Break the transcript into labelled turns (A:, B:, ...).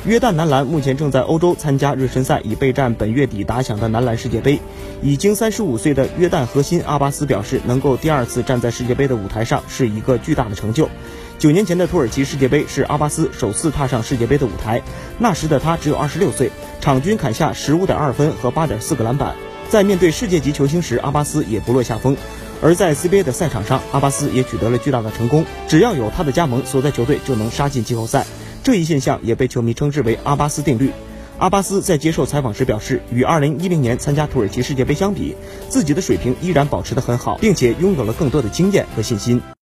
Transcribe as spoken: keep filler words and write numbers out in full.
A: 约旦男篮目前正在欧洲参加热身赛，以备战本月底打响的男篮世界杯。已经三十五岁的约旦核心阿巴斯表示，能够第二次站在世界杯的舞台上是一个巨大的成就。九年前的土耳其世界杯是阿巴斯首次踏上世界杯的舞台，那时的他只有二十六岁，场均砍下 十五点二分和 八点四个篮板。在面对世界级球星时，阿巴斯也不落下风。而在 C B A 的赛场上，阿巴斯也取得了巨大的成功，只要有他的加盟，所在球队就能杀进季后赛。这一现象也被球迷称之为阿巴斯定律。阿巴斯在接受采访时表示，与二零一零年参加土耳其世界杯相比，自己的水平依然保持得很好，并且拥有了更多的经验和信心。